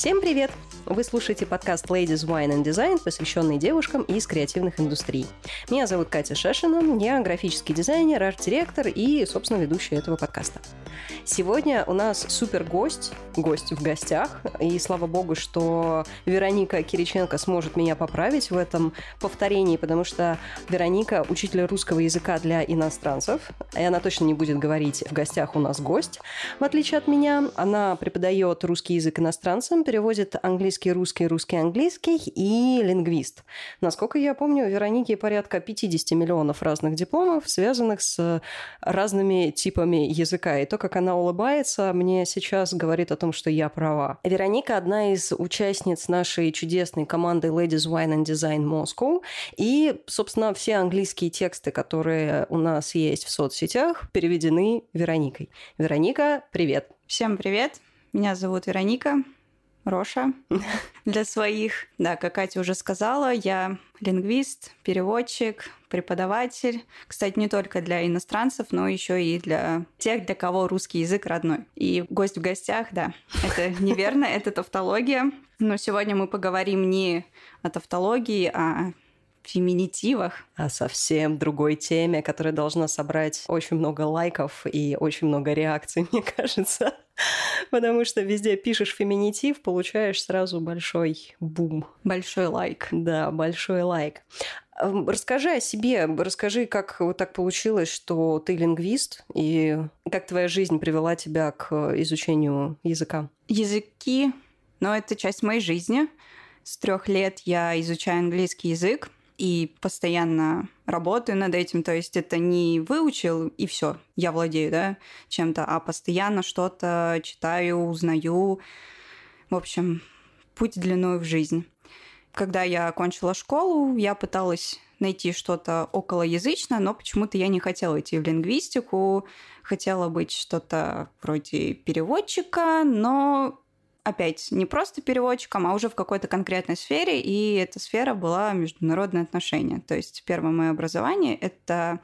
Всем привет! Вы слушаете подкаст Ladies Wine and Design, посвященный девушкам из креативных индустрий. Меня зовут Катя Шешина, я графический дизайнер, арт-директор и, собственно, ведущая этого подкаста. Сегодня у нас супер гость в гостях, и слава богу, что Вероника Кириченко сможет меня поправить в этом повторении, потому что Вероника – учитель русского языка для иностранцев, и она точно не будет говорить «в гостях у нас гость», в отличие от меня. Она преподает русский язык иностранцам, переводит английский, русский, русский, английский и лингвист. Насколько я помню, у Вероники порядка 50 миллионов разных дипломов, связанных с разными типами языка. И то, как она улыбается, мне сейчас говорит о том, что я права. Вероника – одна из участниц нашей чудесной команды Ladies Wine and Design Moscow. И, собственно, все английские тексты, которые у нас есть в соцсетях, переведены Вероникой. Вероника, привет! Всем привет! Меня зовут Вероника Роша. Для своих, да, как Катя уже сказала, я лингвист, переводчик, преподаватель. Кстати, не только для иностранцев, но еще и для тех, для кого русский язык родной. И гость в гостях, да, это неверно, это тавтология. Но сегодня мы поговорим не о тавтологии, а феминитивах. О совсем другой теме, которая должна собрать очень много лайков и очень много реакций, мне кажется. Потому что везде пишешь феминитив, получаешь сразу большой бум. Большой лайк. Да, большой лайк. Расскажи о себе, расскажи, как вот так получилось, что ты лингвист, и как твоя жизнь привела тебя к изучению языка. Языки, это часть моей жизни. С 3 лет я изучаю английский язык и постоянно работаю над этим. То есть это не выучил, и все, я владею, чем-то, а постоянно что-то читаю, узнаю. В общем, путь длиной в жизнь. Когда я окончила школу, я пыталась найти что-то околоязычное, но почему-то я не хотела идти в лингвистику, хотела быть что-то вроде переводчика, но опять не просто переводчиком, а уже в какой-то конкретной сфере, и эта сфера была международные отношения. То есть первое мое образование – это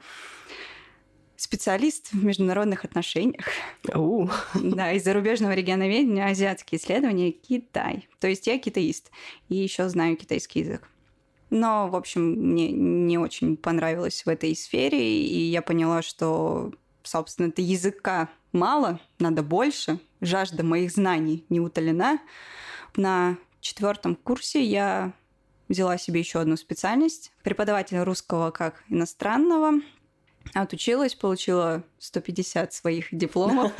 специалист в международных отношениях. Да, из зарубежного регионоведения, азиатские исследования, Китай. То есть я китаист, и еще знаю китайский язык. Но, в общем, мне не очень понравилось в этой сфере, и я поняла, что, собственно, это языка мало, надо больше. Жажда моих знаний не утолена. На 4 курсе я взяла себе еще одну специальность – преподаватель русского как иностранного. Отучилась, получила 150 своих дипломов.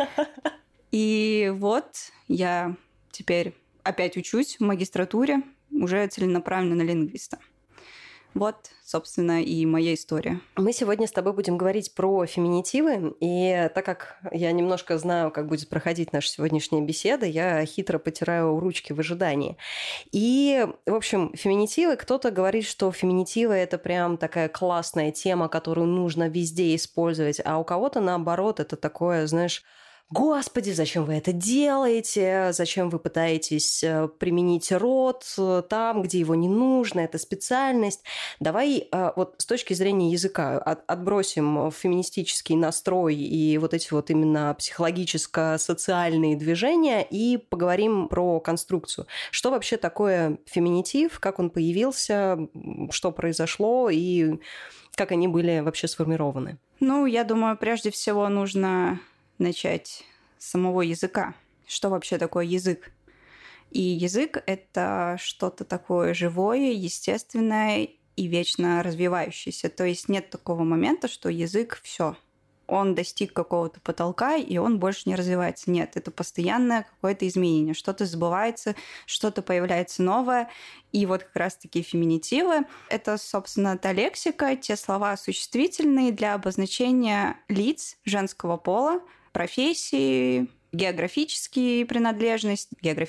И вот я теперь опять учусь в магистратуре, уже целенаправленно на лингвиста. Вот, собственно, и моя история. Мы сегодня с тобой будем говорить про феминитивы, и так как я немножко знаю, как будет проходить наша сегодняшняя беседа, я хитро потираю ручки в ожидании. И, в общем, феминитивы, кто-то говорит, что феминитивы – это прям такая классная тема, которую нужно везде использовать, а у кого-то, наоборот, это такое, знаешь… Господи, зачем вы это делаете? Зачем вы пытаетесь применить род там, где его не нужно? Это специальность. Давай вот с точки зрения языка отбросим феминистический настрой и вот эти вот именно психологическо-социальные движения и поговорим про конструкцию. Что вообще такое феминитив? Как он появился? Что произошло? И как они были вообще сформированы? Я думаю, прежде всего нужно начать с самого языка. Что вообще такое язык? И язык – это что-то такое живое, естественное и вечно развивающееся. То есть нет такого момента, что язык – все. Он достиг какого-то потолка, и он больше не развивается. Нет, это постоянное какое-то изменение. Что-то забывается, что-то появляется новое. И вот как раз-таки феминитивы – это, собственно, та лексика, те слова существительные для обозначения лиц женского пола, профессии, географическая принадлежность,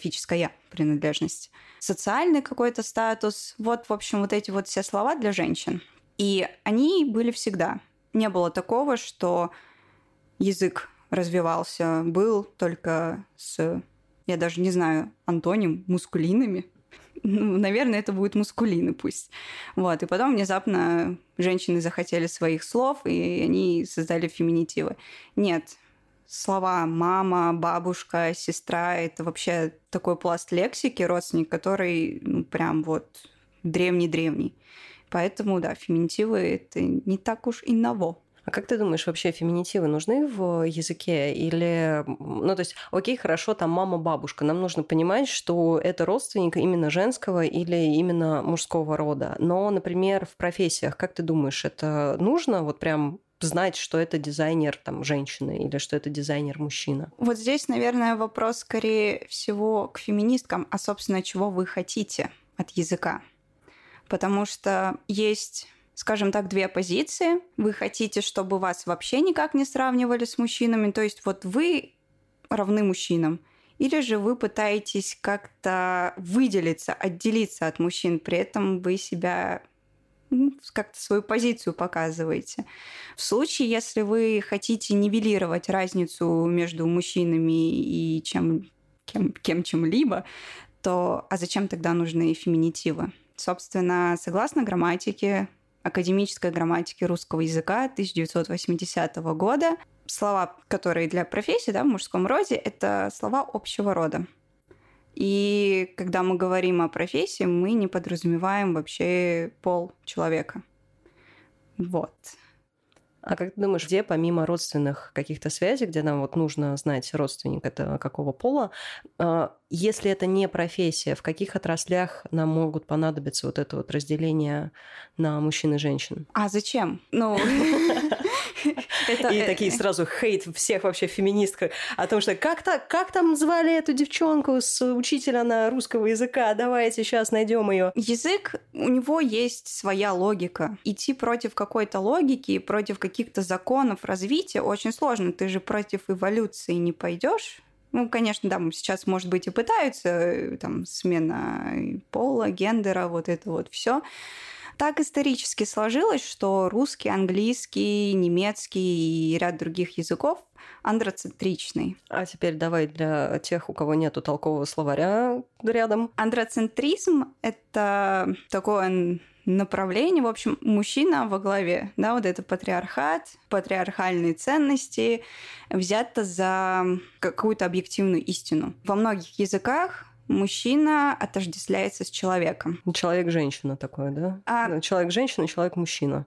социальный какой-то статус. Вот, в общем, вот эти вот все слова для женщин. И они были всегда. Не было такого, что язык развивался, был только с, я даже не знаю, антоним, мускулинами. Наверное, это будет мускулины пусть. Вот. И потом внезапно женщины захотели своих слов, и они создали феминитивы. Нет, слова мама, бабушка, сестра — это вообще такой пласт лексики, родственник, который прям вот древний-древний. Поэтому, да, феминитивы — это не так уж и ново. А как ты думаешь, вообще феминитивы нужны в языке? Или, то есть, окей, хорошо, там мама, бабушка. Нам нужно понимать, что это родственник именно женского или именно мужского рода. Но, например, в профессиях, как ты думаешь, это нужно вот прям знать, что это дизайнер там женщины или что это дизайнер мужчина? Вот здесь, наверное, вопрос скорее всего к феминисткам, а, собственно, чего вы хотите от языка. Потому что есть, скажем так, две позиции. Вы хотите, чтобы вас вообще никак не сравнивали с мужчинами, то есть вот вы равны мужчинам, или же вы пытаетесь как-то выделиться, отделиться от мужчин, при этом вы себя как-то свою позицию показываете. В случае, если вы хотите нивелировать разницу между мужчинами и чем-либо, то а зачем тогда нужны феминитивы? Собственно, согласно грамматике, академической грамматике русского языка 1980 года, слова, которые для профессии, в мужском роде, это слова общего рода. И когда мы говорим о профессии, мы не подразумеваем вообще пол человека. Вот. А как ты думаешь, где помимо родственных каких-то связей, где нам вот нужно знать, родственник это какого пола, если это не профессия, в каких отраслях нам могут понадобиться вот это вот разделение на мужчин и женщин? А зачем? И такие сразу хейт всех вообще феминисток о том, что как там звали эту девчонку с учителя на русского языка, давайте сейчас найдем ее. Язык, у него есть своя логика. Идти против какой-то логики, против каких-то законов развития очень сложно. Ты же против эволюции не пойдешь. Конечно, да, сейчас, может быть, и пытаются, смена пола, гендера, вот это вот все. Так исторически сложилось, что русский, английский, немецкий и ряд других языков андроцентричный. А теперь давай для тех, у кого нету толкового словаря рядом. Андроцентризм — это такое направление, в общем, мужчина во главе, вот это патриархат, патриархальные ценности, взято за какую-то объективную истину. Во многих языках мужчина отождествляется с человеком. Человек-женщина такое, да? Человек-женщина, человек-мужчина.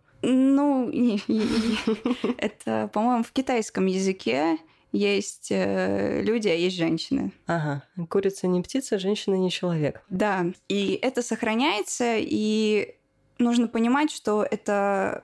Это, по-моему, в китайском языке есть люди, а есть женщины. Ага. Курица не птица, женщина не человек. Да. И это сохраняется, и нужно понимать, что это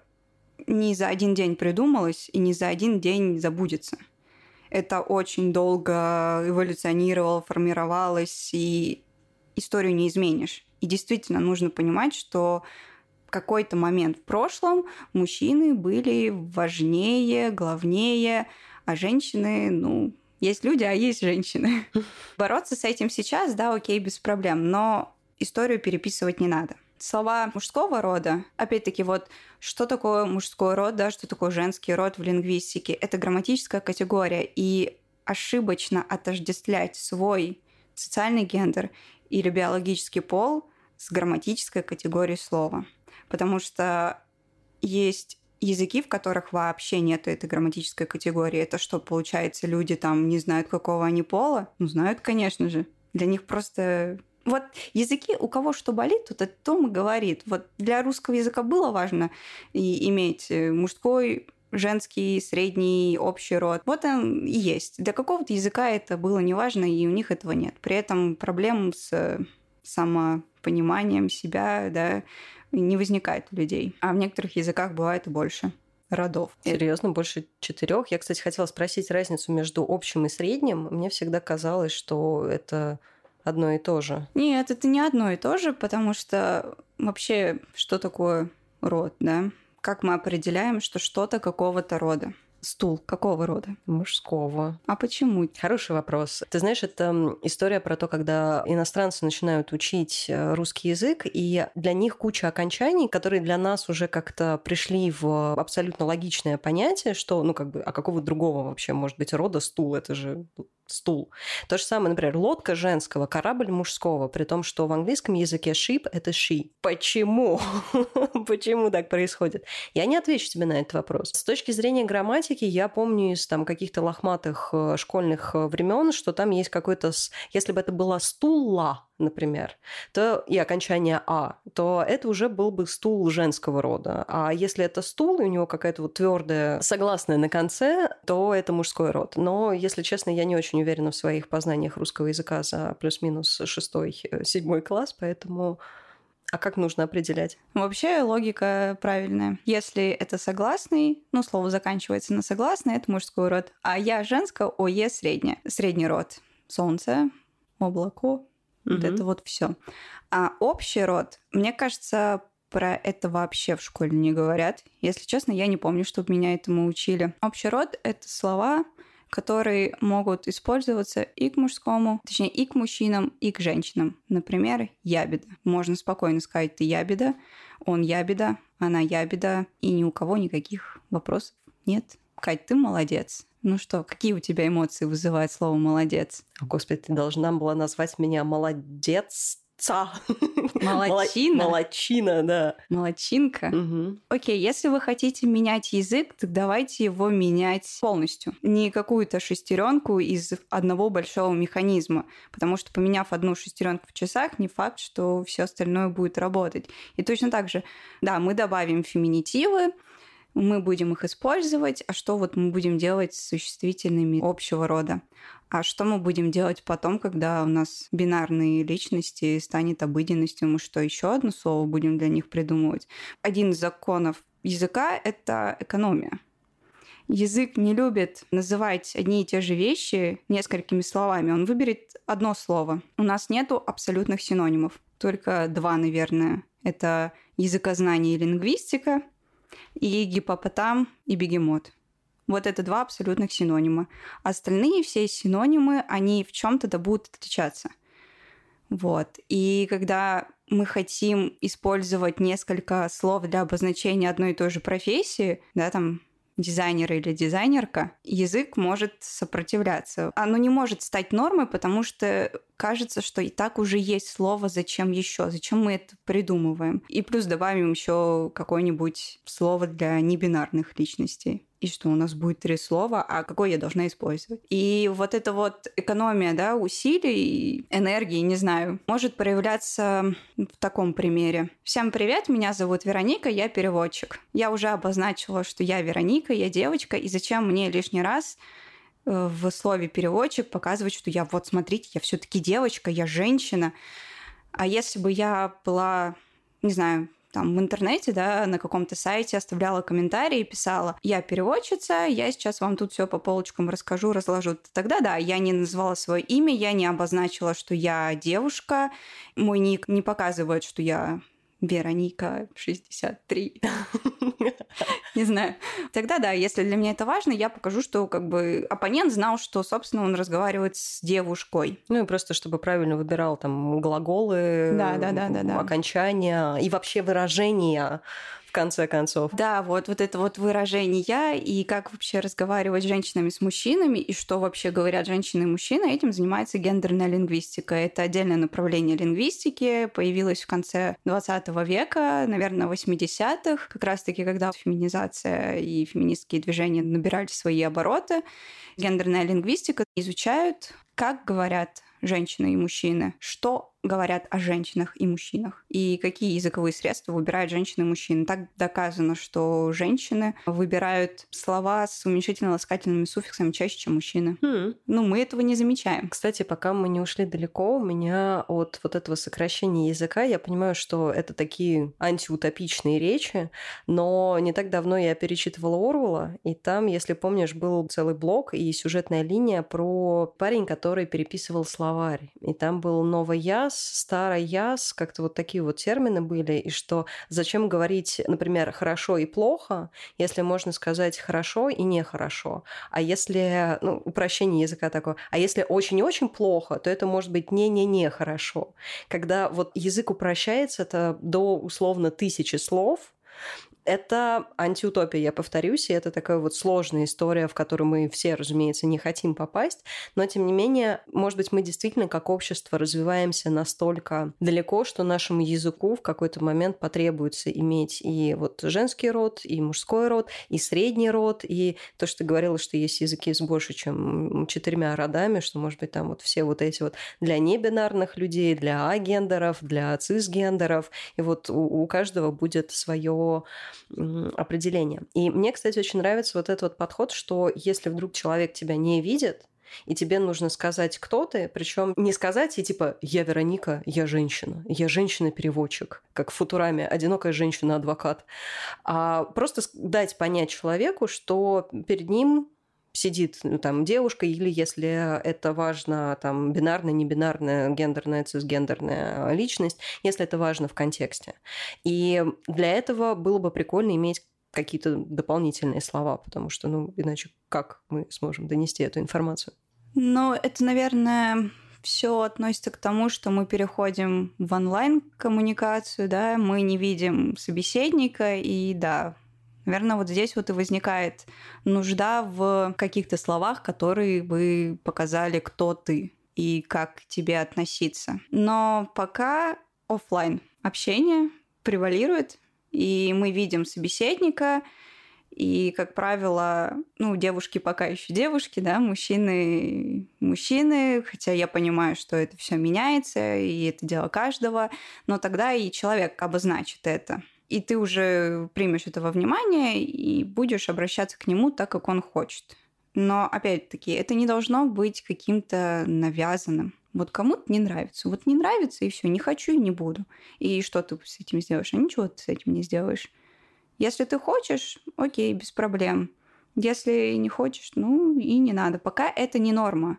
не за один день придумалось и не за один день забудется. Это очень долго эволюционировало, формировалось, и историю не изменишь. И действительно нужно понимать, что в какой-то момент в прошлом мужчины были важнее, главнее, а женщины, есть люди, а есть женщины. Бороться с этим сейчас, окей, без проблем, но историю переписывать не надо. Слова мужского рода, опять-таки, что такое мужской род, что такое женский род в лингвистике, это грамматическая категория, и ошибочно отождествлять свой социальный гендер или биологический пол с грамматической категорией слова. Потому что есть языки, в которых вообще нет этой грамматической категории. Это что, получается, люди не знают, какого они пола? Знают, конечно же. Для них просто... языки, у кого что болит, тот о том и говорит. Для русского языка было важно иметь мужской, женский, средний, общий род. Он и есть. Для какого-то языка это было неважно, и у них этого нет. При этом проблем с самопониманием себя, не возникает у людей. А в некоторых языках бывает и больше родов. Серьезно, больше 4? Я, кстати, хотела спросить разницу между общим и средним. Мне всегда казалось, что это одно и то же. Нет, это не одно и то же, потому что вообще, что такое род, Как мы определяем, что что-то какого-то рода? Стул какого рода? Мужского. А почему? Хороший вопрос. Ты знаешь, это история про то, когда иностранцы начинают учить русский язык, и для них куча окончаний, которые для нас уже как-то пришли в абсолютно логичное понятие, что, а какого другого вообще может быть рода стул? Это же стул. То же самое, например, лодка женского, корабль мужского, при том, что в английском языке ship – это she. Почему? Почему так происходит? Я не отвечу тебе на этот вопрос. С точки зрения грамматики, я помню из там каких-то лохматых школьных времен, что там есть какой-то... Если бы это была стула, например, то и окончание «а», то это уже был бы стул женского рода. А если это стул, и у него какая-то вот твердая согласная на конце, то это мужской род. Но, если честно, я не очень уверена в своих познаниях русского языка за плюс-минус 6-7 класс, поэтому... А как нужно определять? Вообще логика правильная. Если это согласный, слово заканчивается на согласный, это мужской род. А я женское, ОЕ среднее. Средний род. Солнце, облако. Вот это вот все. А общий род, мне кажется, про это вообще в школе не говорят. Если честно, я не помню, чтобы меня этому учили. Общий род — это слова, которые могут использоваться и к мужскому, точнее, и к мужчинам, и к женщинам. Например, ябеда. Можно спокойно сказать: ты ябеда, он ябеда, она ябеда, и ни у кого никаких вопросов нет. Кать, ты молодец. Ну что, какие у тебя эмоции вызывает слово «молодец»? О, Господи, ты должна была назвать меня молодец. Молодчина? Молодчина, да. Молодчинка? Угу. Окей, если вы хотите менять язык, то давайте его менять полностью. Не какую-то шестеренку из одного большого механизма. Потому что, поменяв одну шестеренку в часах, не факт, что все остальное будет работать. И точно так же, да, мы добавим феминитивы, мы будем их использовать, а что вот мы будем делать с существительными общего рода? А что мы будем делать потом, когда у нас бинарные личности станет обыденностью? Мы что, еще одно слово будем для них придумывать? Один из законов языка — это экономия. Язык не любит называть одни и те же вещи несколькими словами. Он выберет одно слово. У нас нету абсолютных синонимов. Только два, наверное. Это языкознание и лингвистика, и гиппопотам, и бегемот. Вот это два абсолютных синонима. Остальные все синонимы, они в чем-то да будут отличаться. Вот. И когда мы хотим использовать несколько слов для обозначения одной и той же профессии, да, там, дизайнер или дизайнерка, язык может сопротивляться. Оно не может стать нормой, потому что кажется, что и так уже есть слово «зачем еще?», зачем мы это придумываем. И плюс добавим еще какое-нибудь слово для небинарных личностей. И что у нас будет 3 слова, а какое я должна использовать. И вот эта вот экономия, да, усилий, энергии, не знаю, может проявляться в таком примере. Всем привет, меня зовут Вероника, я переводчик. Я уже обозначила, что я Вероника, я девочка, и зачем мне лишний раз в слове переводчик показывать, что я, вот смотрите, я все-таки девочка, я женщина. А если бы я была, не знаю, там в интернете, да, на каком-то сайте оставляла комментарии и писала: я переводчица, я сейчас вам тут все по полочкам расскажу, разложу. Тогда да, я не назвала свое имя, я не обозначила, что я девушка, мой ник не показывает, что я Вероника 63. Не знаю. Тогда да, если для меня это важно, я покажу, что как бы оппонент знал, что, собственно, он разговаривает с девушкой. Ну и просто, чтобы правильно выбирал там глаголы, да. окончания и вообще выражения, в конце концов. Да, вот это вот выражение и как вообще разговаривать с женщинами, с мужчинами, и что вообще говорят женщины и мужчины, этим занимается гендерная лингвистика. Это отдельное направление лингвистики, появилось в конце 20 века, наверное, 80-х, как раз-таки, когда феминизация и феминистские движения набирали свои обороты. Гендерная лингвистика изучают, как говорят женщины и мужчины, что говорят о женщинах и мужчинах, и какие языковые средства выбирают женщины и мужчины. Так доказано, что женщины выбирают слова с уменьшительно-ласкательными суффиксами чаще, чем мужчины. Ну, мы этого не замечаем. Кстати, пока мы не ушли далеко, у меня от вот этого сокращения языка, я понимаю, что это такие антиутопичные речи, но не так давно я перечитывала Оруэлла, и там, если помнишь, был целый блок и сюжетная линия про парень, который переписывал словарь. И там был новый яс, старый яс, как-то вот такие вот термины были, и что зачем говорить, например, хорошо и плохо, если можно сказать хорошо и нехорошо. А если, упрощение языка такое, а если очень-очень плохо, то это может быть не хорошо. Когда вот язык упрощается, это до условно 1000 слов, Это антиутопия, я повторюсь, и это такая вот сложная история, в которую мы все, разумеется, не хотим попасть, но, тем не менее, может быть, мы действительно как общество развиваемся настолько далеко, что нашему языку в какой-то момент потребуется иметь и вот женский род, и мужской род, и средний род, и то, что ты говорила, что есть языки с больше, чем 4 родами, что, может быть, там вот все вот эти вот для небинарных людей, для агендеров, для цисгендеров, и вот у каждого будет свое определение. И мне, кстати, очень нравится вот этот вот подход, что если вдруг человек тебя не видит, и тебе нужно сказать, кто ты, причем не сказать и типа «я Вероника, я женщина-переводчик», как в Футураме «одинокая женщина-адвокат», а просто дать понять человеку, что перед ним сидит там девушка, или если это важно, там, бинарная, небинарная, гендерная, цисгендерная личность, если это важно в контексте. И для этого было бы прикольно иметь какие-то дополнительные слова, потому что, иначе как мы сможем донести эту информацию? Это, наверное, все относится к тому, что мы переходим в онлайн-коммуникацию, да, мы не видим собеседника, и да, наверное, вот здесь вот и возникает нужда в каких-то словах, которые бы показали, кто ты и как к тебе относиться. Но пока офлайн общение превалирует, и мы видим собеседника, и, как правило, девушки пока еще девушки, да, мужчины, хотя я понимаю, что это все меняется, и это дело каждого, но тогда и человек обозначит это. И ты уже примешь это во внимание и будешь обращаться к нему так, как он хочет. Но, опять-таки, это не должно быть каким-то навязанным. Вот кому-то не нравится. Вот не нравится, и все, не хочу и не буду. И что ты с этим сделаешь? А ничего ты с этим не сделаешь. Если ты хочешь, окей, без проблем. Если не хочешь, и не надо. Пока это не норма.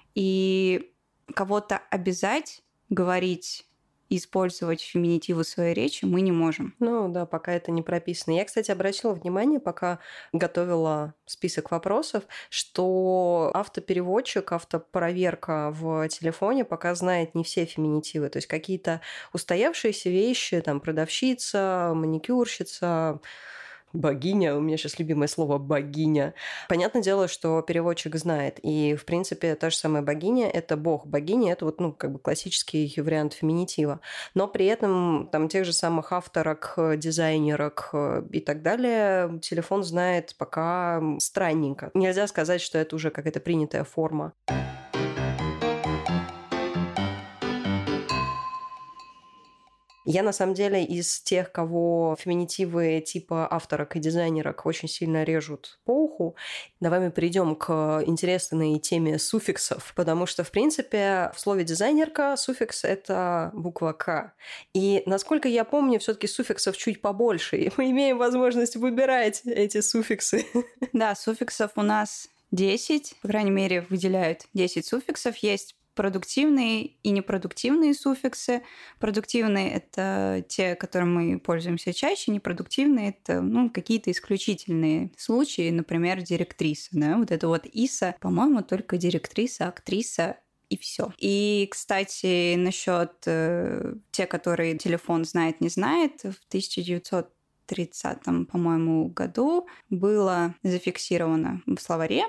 И кого-то обязать говорить, использовать феминитивы в своей речи мы не можем. Да, пока это не прописано. Я, кстати, обратила внимание, пока готовила список вопросов, что автопереводчик, автопроверка в телефоне пока знает не все феминитивы. То есть какие-то устоявшиеся вещи, там, продавщица, маникюрщица, богиня, у меня сейчас любимое слово «богиня». Понятное дело, что переводчик знает. И, в принципе, та же самая богиня – это бог. Богиня – это классический вариант феминитива. Но при этом там тех же самых авторок, дизайнерок и так далее телефон знает пока странненько. Нельзя сказать, что это уже какая-то принятая форма. Я, на самом деле, из тех, кого феминитивы типа авторок и дизайнерок очень сильно режут по уху, давай мы перейдем к интересной теме суффиксов, потому что, в принципе, в слове «дизайнерка» суффикс — это буква «К». И, насколько я помню, все-таки суффиксов чуть побольше, и мы имеем возможность выбирать эти суффиксы. Да, суффиксов у нас 10, по крайней мере, выделяют 10 суффиксов. Есть продуктивные и непродуктивные суффиксы. Продуктивные — это те, которыми мы пользуемся чаще. Непродуктивные — это какие-то исключительные случаи, например, директриса. Да? Вот это вот ИСа, по-моему, только директриса, актриса и все. И, кстати, насчет те, которые телефон знает, не знает, в 1930, по-моему, году было зафиксировано в словаре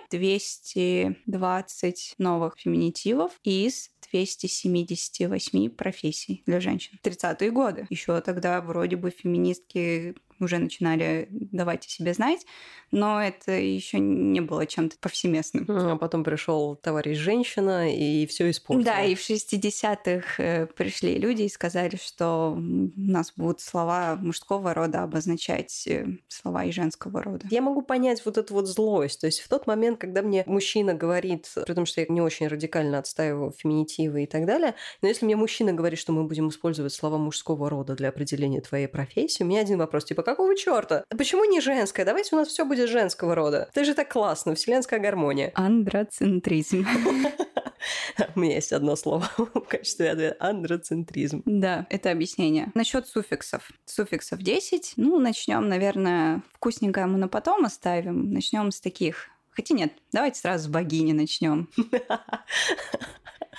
220 новых феминитивов из 278 профессий для женщин. 30-е годы. Еще тогда вроде бы феминистки уже начинали давать о себе знать, но это еще не было чем-то повсеместным. А потом пришел товарищ женщина и все испортил. Да, и в 60-х пришли люди и сказали, что у нас будут слова мужского рода обозначать слова и женского рода. Я могу понять вот эту вот злость. То есть в тот момент, когда мне мужчина говорит, при том, что я не очень радикально отстаиваю феминитивы и так далее, но если мне мужчина говорит, что мы будем использовать слова мужского рода для определения твоей профессии, у меня один вопрос, типа, какого черта? Почему не женское? Давайте у нас все будет женского рода. Это же так классно, вселенская гармония. Андроцентризм. У меня есть одно слово в качестве ответа. Андроцентризм. Да, это объяснение. Насчет суффиксов. Суффиксов 10. Начнем, наверное, вкусненькое мы на потом оставим. Начнем с таких. Хотя нет, давайте сразу с богини начнем.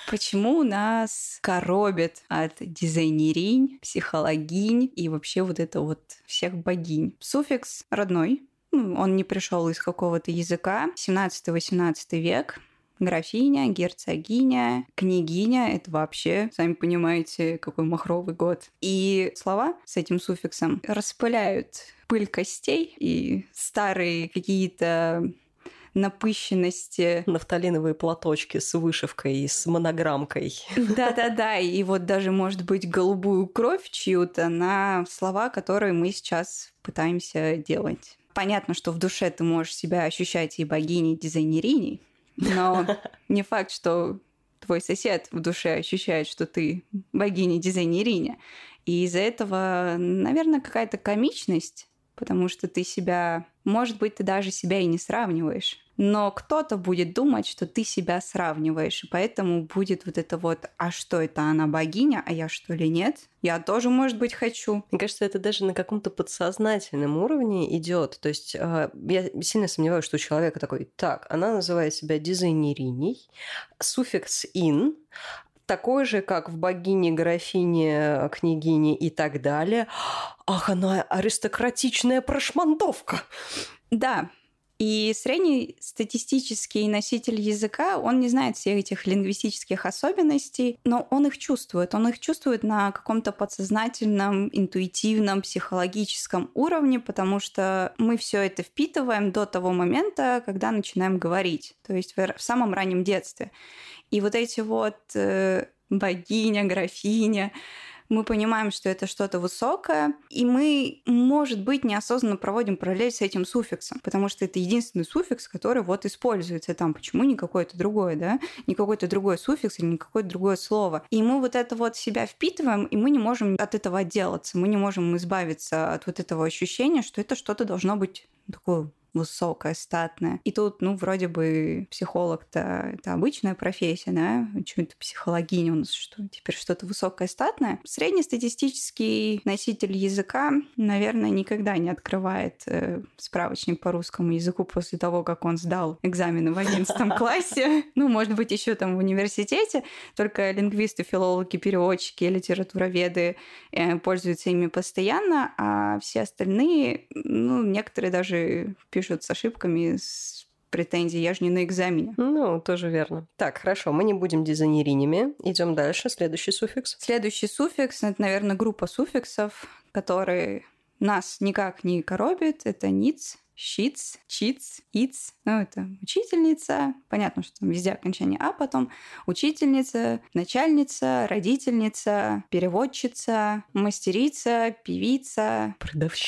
Почему нас коробит от дизайнеринь, психологинь и вообще вот это вот всех богинь? Суффикс родной, он не пришел из какого-то языка. 17-18 век. Графиня, герцогиня, княгиня — это вообще, сами понимаете, какой махровый год. И слова с этим суффиксом распыляют пыль костей и старые какие-то напыщенности. Нафталиновые платочки с вышивкой и с монограммкой. Да-да-да, и вот даже, может быть, голубую кровь чью-то на слова, которые мы сейчас пытаемся делать. Понятно, что в душе ты можешь себя ощущать и богиней, и дизайнериней, но не факт, что твой сосед в душе ощущает, что ты богиня, дизайнериня. И из-за этого, наверное, какая-то комичность, потому что ты себя... Может быть, ты даже себя и не сравниваешь. Но кто-то будет думать, что ты себя сравниваешь, и поэтому будет вот это вот: а что это, она богиня, а я что ли нет? Я тоже, может быть, хочу. Мне кажется, это даже на каком-то подсознательном уровне идет. То есть я сильно сомневаюсь, что у человека такой: так, она называет себя дизайнериней, суффикс «ин», такой же, как в богине, графине, княгине и так далее. Ах, она аристократичная прошмандовка. Да. И средний статистический носитель языка, он не знает всех этих лингвистических особенностей, но он их чувствует. Он их чувствует на каком-то подсознательном, интуитивном, психологическом уровне, потому что мы все это впитываем до того момента, когда начинаем говорить, то есть в самом раннем детстве. И вот эти вот богиня, графиня, мы понимаем, что это что-то высокое, и мы, может быть, неосознанно проводим параллель с этим суффиксом, потому что это единственный суффикс, который вот используется там. Почему не какое-то другое, да? Не какой-то другой суффикс или не какое-то другое слово. И мы вот это вот себя впитываем, и мы не можем от этого отделаться, мы не можем избавиться от вот этого ощущения, что это что-то должно быть такое высокая, статная. И тут, вроде бы психолог-то это обычная профессия, да? Почему-то психологиня у нас что? Теперь что-то высокое, статное. Среднестатистический носитель языка, наверное, никогда не открывает справочник по русскому языку после того, как он сдал экзамены в 11 классе. Может быть, еще там в университете. Только лингвисты, филологи, переводчики, литературоведы пользуются ими постоянно, а все остальные, некоторые даже пишут с ошибками, с претензией: я же не на экзамене. Тоже верно. Так, хорошо, мы не будем дизайнеринями. Идем дальше. Следующий суффикс. Следующий суффикс — это, наверное, группа суффиксов, которые нас никак не коробят. Это ниц, щиц, чиц, иц. Это учительница. Понятно, что там везде окончание «а», потом учительница, начальница, родительница, переводчица, мастерица, певица,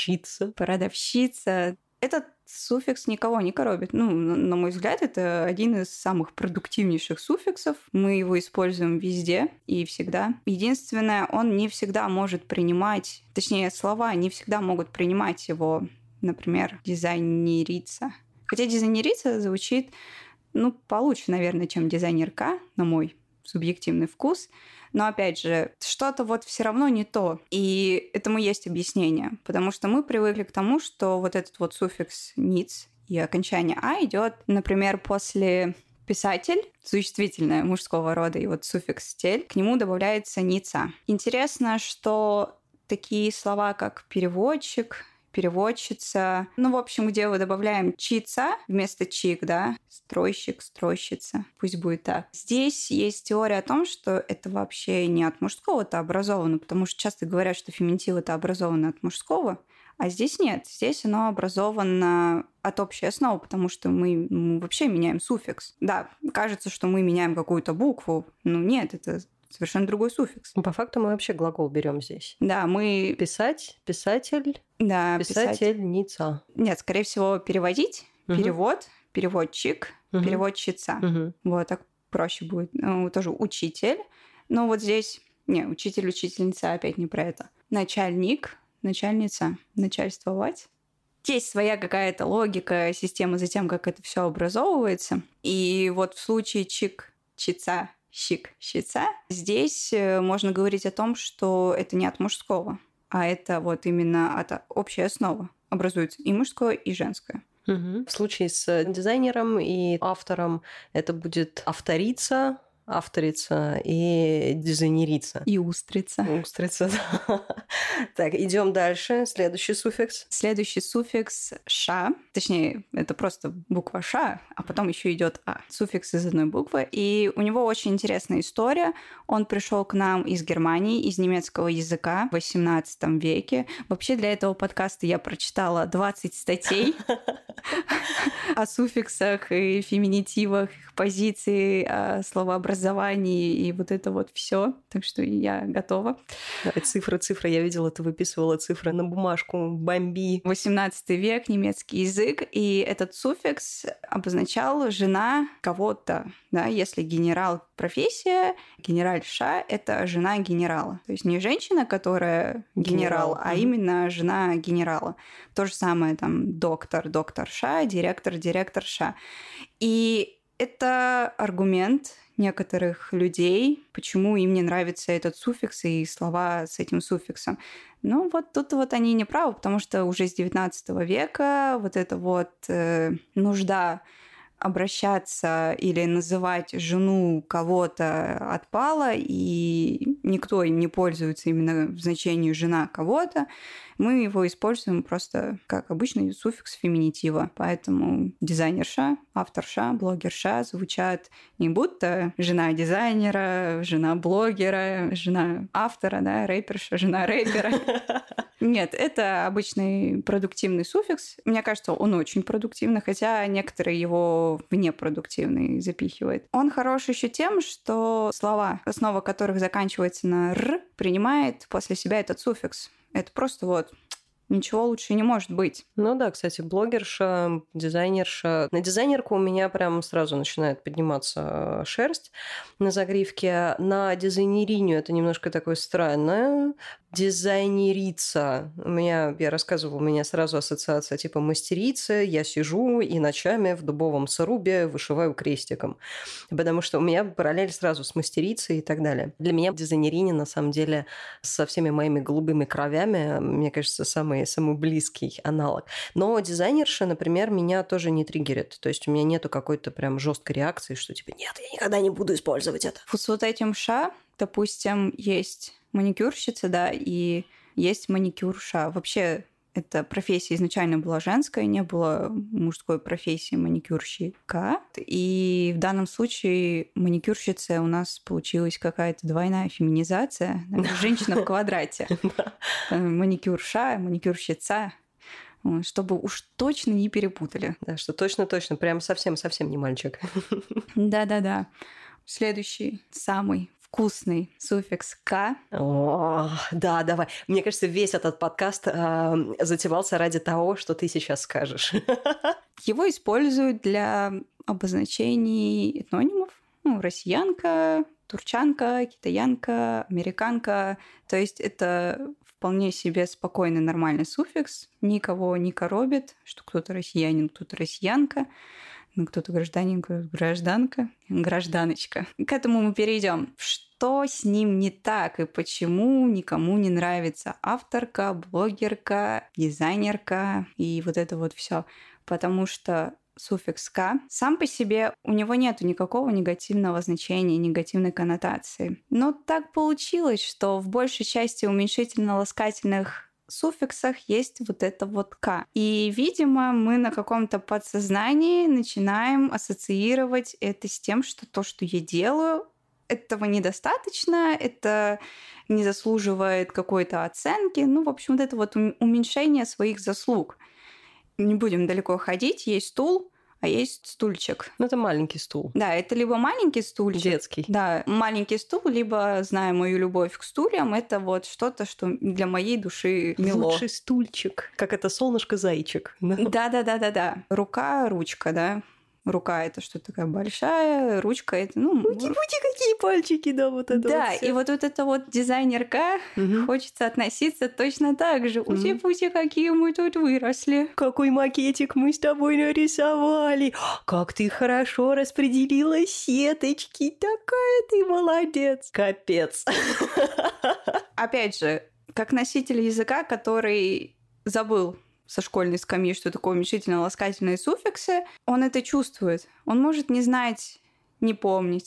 продавщица. Этот суффикс никого не коробит. На мой взгляд, это один из самых продуктивнейших суффиксов. Мы его используем везде и всегда. Единственное, он не всегда может принимать, точнее, слова не всегда могут принимать его, например, дизайнерица. Хотя дизайнерица звучит, получше, наверное, чем дизайнерка, на мой субъективный вкус. Но, опять же, что-то вот все равно не то. И этому есть объяснение. Потому что мы привыкли к тому, что вот этот вот суффикс «ниц» и окончание «а» идет, например, после писатель, существительное мужского рода, и вот суффикс «тель», к нему добавляется «ница». Интересно, что такие слова, как переводчик, переводчица, в общем, где мы добавляем чица вместо чик, да, стройщик, стройщица, пусть будет так. Здесь есть теория о том, что это вообще не от мужского-то образовано, потому что часто говорят, что феминитив это образовано от мужского, а здесь нет. Здесь оно образовано от общей основы, потому что мы вообще меняем суффикс. Да, кажется, что мы меняем какую-то букву, но нет, это совершенно другой суффикс. По факту мы вообще глагол берем здесь. Да, мы... Писать, писатель, да, писательница. Нет, скорее всего, переводить, перевод, переводчик, переводчица. Вот так проще будет. Тоже учитель. Но вот здесь... Не, учитель, учительница опять не про это. Начальник, начальница, начальствовать. Есть своя какая-то логика, система за тем, как это все образовывается. И вот в случае чик, чица, щик, щица, здесь можно говорить о том, что это не от мужского, а это вот именно от общей основы. Образуется и мужское, и женское. В случае с дизайнером и автором это будет авторица, авторица и дизайнерица. И устрица. Устрица, да. Так, идем дальше. Следующий суффикс. Следующий суффикс «ша». Точнее, это просто буква «ша», а потом еще идет «а». Суффикс из одной буквы. И у него очень интересная история. Он пришел к нам из Германии, из немецкого языка в XVIII веке. Вообще для этого подкаста я прочитала 20 статей о суффиксах и феминитивах, их позиции, о словообразовании и вот это вот все. Так что я готова. Цифры. Я видела, ты выписывала цифры на бумажку. Бомби. 18 век, немецкий язык. И этот суффикс обозначал жена кого-то. Да? Если генерал профессия, генеральша — это жена генерала. То есть не женщина, которая генерал, а именно жена генерала. То же самое там докторша, директорша. И это аргумент некоторых людей, почему им не нравится этот суффикс и слова с этим суффиксом. Ну, вот тут вот они не правы, потому что уже с 19 века вот эта вот нужда обращаться или называть жену кого-то отпала, и никто им не пользуется именно в значении «жена кого-то». Мы его используем просто как обычный суффикс феминитива. Поэтому дизайнерша, авторша, блогерша звучат не будто жена дизайнера, жена блогера, жена автора, да, рэперша, жена рэпера. Нет, это обычный продуктивный суффикс. Мне кажется, он очень продуктивный, хотя некоторые его в непродуктивный запихивают. Он хорош еще тем, что слова, основа которых заканчивается на «р», принимает после себя этот суффикс. Это просто вот ничего лучше не может быть. Ну да, кстати, блогерша, дизайнерша. На дизайнерку у меня прям сразу начинает подниматься шерсть на загривке. На дизайнериню это немножко такое странное. Дизайнерица. Я рассказывала, у меня сразу ассоциация типа мастерица. Я сижу и ночами в дубовом срубе вышиваю крестиком. Потому что у меня параллель сразу с мастерицей и так далее. Для меня дизайнериня, на самом деле, со всеми моими голубыми кровями, мне кажется, самый близкий аналог. Но дизайнерша, например, меня тоже не триггерит. То есть у меня нету какой-то прям жесткой реакции, что типа нет, я никогда не буду использовать это. С вот этим «ша», допустим, есть маникюрщица, да, и есть маникюрша. Вообще, эта профессия изначально была женская, не было мужской профессии маникюрщика. И в данном случае маникюрщица у нас получилась какая-то двойная феминизация. Женщина в квадрате. Маникюрша, маникюрщица. Чтобы уж точно не перепутали. Да, что точно-точно, прям совсем-совсем не мальчик. Да-да-да. Следующий, самый вкусный суффикс «к». О, да, давай. Мне кажется, весь этот подкаст затевался ради того, что ты сейчас скажешь. Его используют для обозначений этнонимов. Россиянка, турчанка, китаянка, американка. То есть это вполне себе спокойный, нормальный суффикс. Никого не коробит, что кто-то россиянин, кто-то россиянка. Кто-то гражданин, кто-то гражданка, гражданочка. К этому мы перейдем. Что с ним не так и почему никому не нравится авторка, блогерка, дизайнерка и вот это вот все? Потому что суффикс «к» сам по себе, у него нету никакого негативного значения, негативной коннотации. Но так получилось, что в большей части уменьшительно-ласкательных суффиксах есть вот это вот «к». И, видимо, мы на каком-то подсознании начинаем ассоциировать это с тем, что то, что я делаю, этого недостаточно, это не заслуживает какой-то оценки. В общем, вот это вот уменьшение своих заслуг. Не будем далеко ходить, есть стул, а есть стульчик. Это маленький стул. Да, это либо маленький стульчик. Детский. Да, маленький стул, либо, зная мою любовь к стульям, это вот что-то, что для моей души мило. Лучший стульчик. Как это солнышко-зайчик. Да. Рука, ручка, да. Рука — это что-то такая большая, ручка — это, Ути-пути, какие пальчики, да, вот это да, вот и вот это вот дизайнерка, хочется относиться точно так же. Ути-пути, какие мы тут выросли. Какой макетик мы с тобой нарисовали. Как ты хорошо распределила сеточки. Такая ты молодец. Капец. Опять же, как носитель языка, который забыл со школьной скамьи, что такое уменьшительно-ласкательные суффиксы, он это чувствует. Он может не знать, не помнить.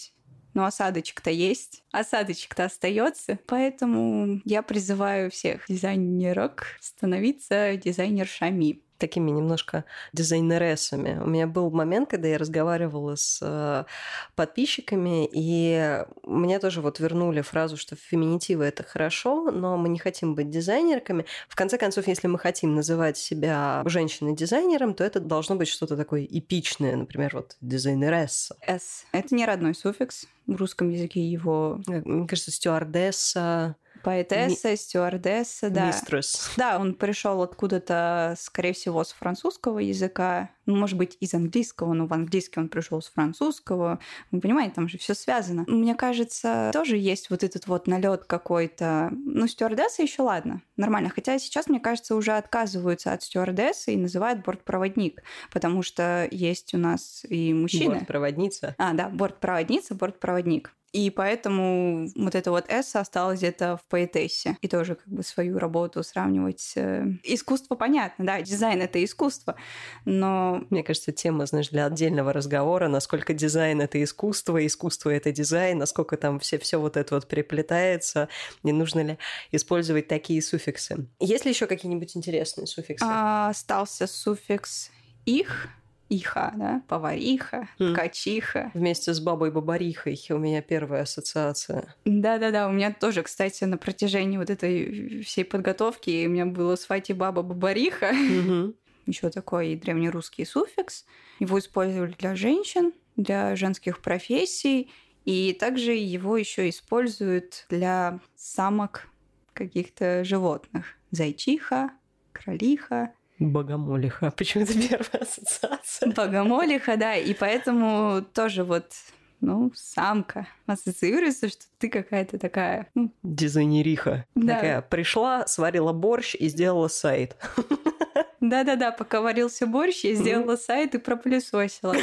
но осадочек-то есть, осадочек-то остается, поэтому я призываю всех дизайнерок становиться дизайнершами. Такими немножко дизайнерессами. У меня был момент, когда я разговаривала с подписчиками, и мне тоже вот вернули фразу, что феминитивы — это хорошо, но мы не хотим быть дизайнерками. В конце концов, если мы хотим называть себя женщиной-дизайнером, то это должно быть что-то такое эпичное, например, вот дизайнересса. «С» — это не родной суффикс. В русском языке его... Мне кажется, стюардесса... Поэтесса, стюардесса, да. Мистресс. Да, он пришел откуда-то, скорее всего, с французского языка, ну, может быть, из английского, но в английский он пришел с французского. Вы понимаете, там же все связано. Мне кажется, тоже есть вот этот вот налет какой-то. Ну, стюардесса еще ладно, нормально. Хотя сейчас, мне кажется, уже отказываются от стюардессы и называют бортпроводник, потому что есть у нас и мужчины. Бортпроводница. Да, бортпроводница, бортпроводник. И поэтому вот это вот «с» осталось где-то в поэтессе. И тоже как бы свою работу сравнивать с... Искусство, понятно, да, дизайн — это искусство, но... Мне кажется, тема, знаешь, для отдельного разговора, насколько дизайн — это искусство, искусство — это дизайн, насколько там все вот это вот переплетается, не нужно ли использовать такие суффиксы. Есть ли еще какие-нибудь интересные суффиксы? Остался суффикс «их», иха, да, повариха, ткачиха. Вместе с бабой-бабарихой у меня первая ассоциация. Да-да-да, у меня тоже, кстати, на протяжении вот этой всей подготовки у меня было «свати баба-бабариха». Еще такой древнерусский суффикс. Его использовали для женщин, для женских профессий, и также его еще используют для самок каких-то животных. Зайчиха, кролиха. Богомолиха. Почему-то первая ассоциация. Богомолиха, да. И поэтому тоже вот, самка. Ассоциируется, что ты какая-то такая... Дизайнериха. Да. Такая пришла, сварила борщ и сделала сайт. Да-да-да, пока варился борщ, я сделала сайт и пропылесосила.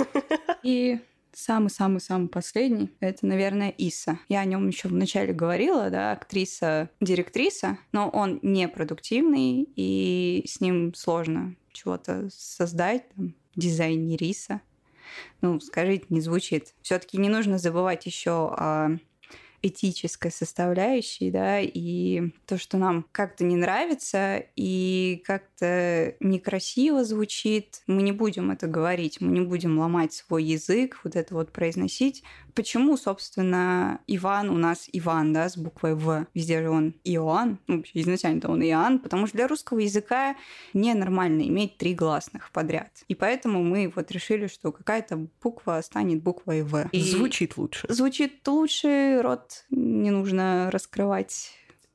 И... Самый-самый-самый последний — это, наверное, Иса. Я о нем еще вначале говорила, да, актриса-директриса, но он непродуктивный, и с ним сложно чего-то создать, там, дизайнериса. Скажите, не звучит. Все-таки не нужно забывать еще о этической составляющей, да, и то, что нам как-то не нравится и как-то некрасиво звучит, мы не будем это говорить, мы не будем ломать свой язык, вот это вот произносить. Почему, собственно, Иван у нас Иван, да, с буквой В? Везде же он Иоанн, вообще изначально-то он Иоанн, потому что для русского языка ненормально иметь 3 гласных подряд. И поэтому мы вот решили, что какая-то буква станет буквой В. И звучит лучше. Звучит лучше, рот не нужно раскрывать.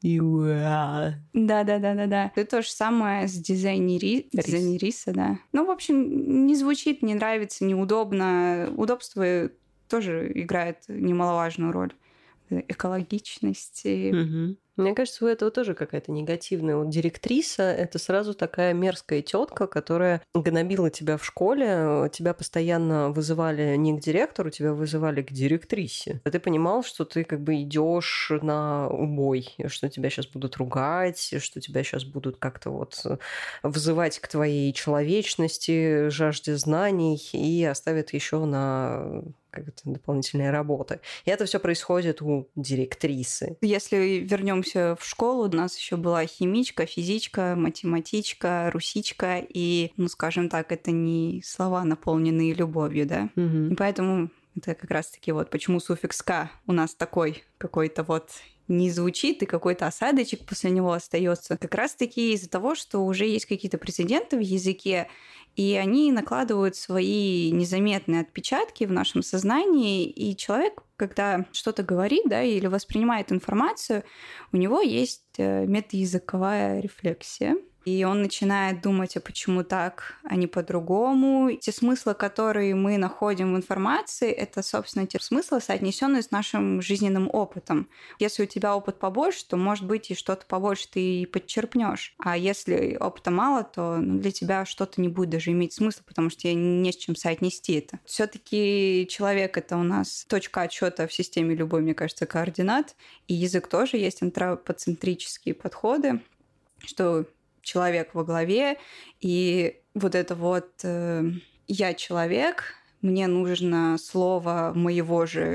Да. Это то же самое с дизайнериса, да. В общем, не звучит, не нравится, неудобно. Удобство тоже играет немаловажную роль. Экологичности. Мне кажется, у этого тоже какая-то негативная. Вот директриса — это сразу такая мерзкая тетка, которая гнобила тебя в школе, тебя постоянно вызывали не к директору, тебя вызывали к директрисе. А ты понимал, что ты как бы идешь на убой, что тебя сейчас будут ругать, что тебя сейчас будут как-то вот вызывать к твоей человечности, жажде знаний и оставят еще на как-то дополнительные работы. И это все происходит у директрисы. Если вернемся в школу, у нас еще была химичка, физичка, математичка, русичка, и, скажем так, это не слова, наполненные любовью, да? И поэтому это как раз-таки вот почему суффикс «к» у нас такой какой-то вот не звучит, и какой-то осадочек после него остается. Как раз-таки из-за того, что уже есть какие-то прецеденты в языке, и они накладывают свои незаметные отпечатки в нашем сознании, и человек, когда что-то говорит, да, или воспринимает информацию, у него есть метаязыковая рефлексия. И он начинает думать, а почему так, а не по-другому. Те смыслы, которые мы находим в информации, это, собственно, те смыслы, соотнесенные с нашим жизненным опытом. Если у тебя опыт побольше, то, может быть, и что-то побольше ты и подчерпнешь. А если опыта мало, то для тебя что-то не будет даже иметь смысла, потому что тебе не с чем соотнести это. Все-таки человек — это у нас точка отсчета в системе любой, мне кажется, координат. И язык тоже есть антропоцентрические подходы, что человек во главе, и вот это вот «я человек», мне нужно слово моего же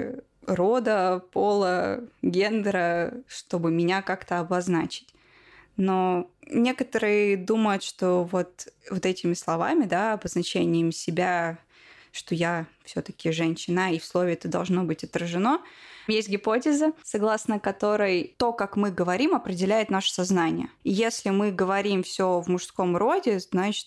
рода, пола, гендера, чтобы меня как-то обозначить. Но некоторые думают, что вот этими словами, да, обозначением себя, что я все-таки женщина, и в слове это должно быть отражено. Есть гипотеза, согласно которой то, как мы говорим, определяет наше сознание. И если мы говорим все в мужском роде, значит,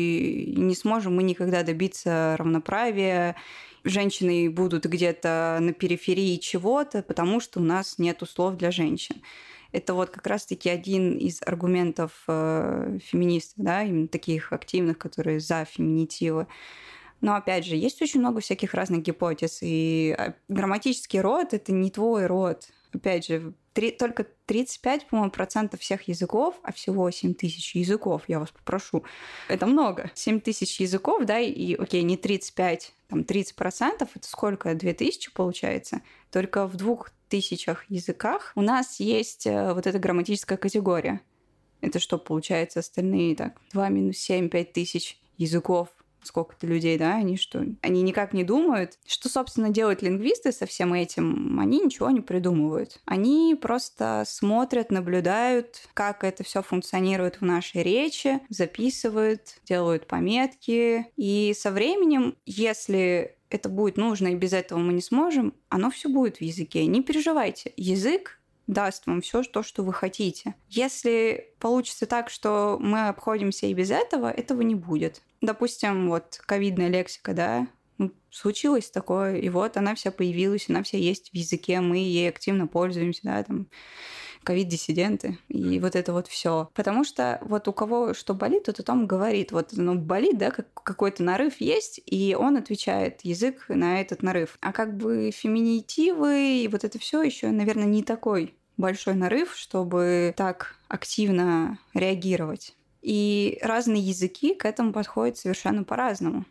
и не сможем мы никогда добиться равноправия. Женщины будут где-то на периферии чего-то, потому что у нас нет слов для женщин. Это вот как раз-таки один из аргументов феминистов, да, именно таких активных, которые за феминитивы. Но, опять же, есть очень много всяких разных гипотез, и грамматический род — это не твой род. Опять же, только 35, по-моему, процентов всех языков, а всего 7 тысяч языков, я вас попрошу. Это много. 7 тысяч языков, да, и, окей, не 35, там 30%, это сколько? 2000 получается? Только в 2000 языках у нас есть вот эта грамматическая категория. Это что, получается, остальные, так, 2 минус 7, 5 тысяч языков. Сколько-то людей, да, они никак не думают. Что, собственно, делают лингвисты со всем этим? Они ничего не придумывают. Они просто смотрят, наблюдают, как это все функционирует в нашей речи, записывают, делают пометки. И со временем, если это будет нужно, и без этого мы не сможем, оно все будет в языке. Не переживайте. Язык даст вам все то, что вы хотите. Если получится так, что мы обходимся и без этого не будет. Допустим, вот ковидная лексика, да, случилось такое, и вот она вся появилась, она вся есть в языке, мы ей активно пользуемся, да, там, ковид-диссиденты, и вот это вот все. Потому что вот у кого что болит, тот о том говорит. Вот болит, да, какой-то нарыв есть, и он отвечает, язык на этот нарыв. А как бы феминитивы и вот это все еще, наверное, не такой большой нарыв, чтобы так активно реагировать. И разные языки к этому подходят совершенно по-разному.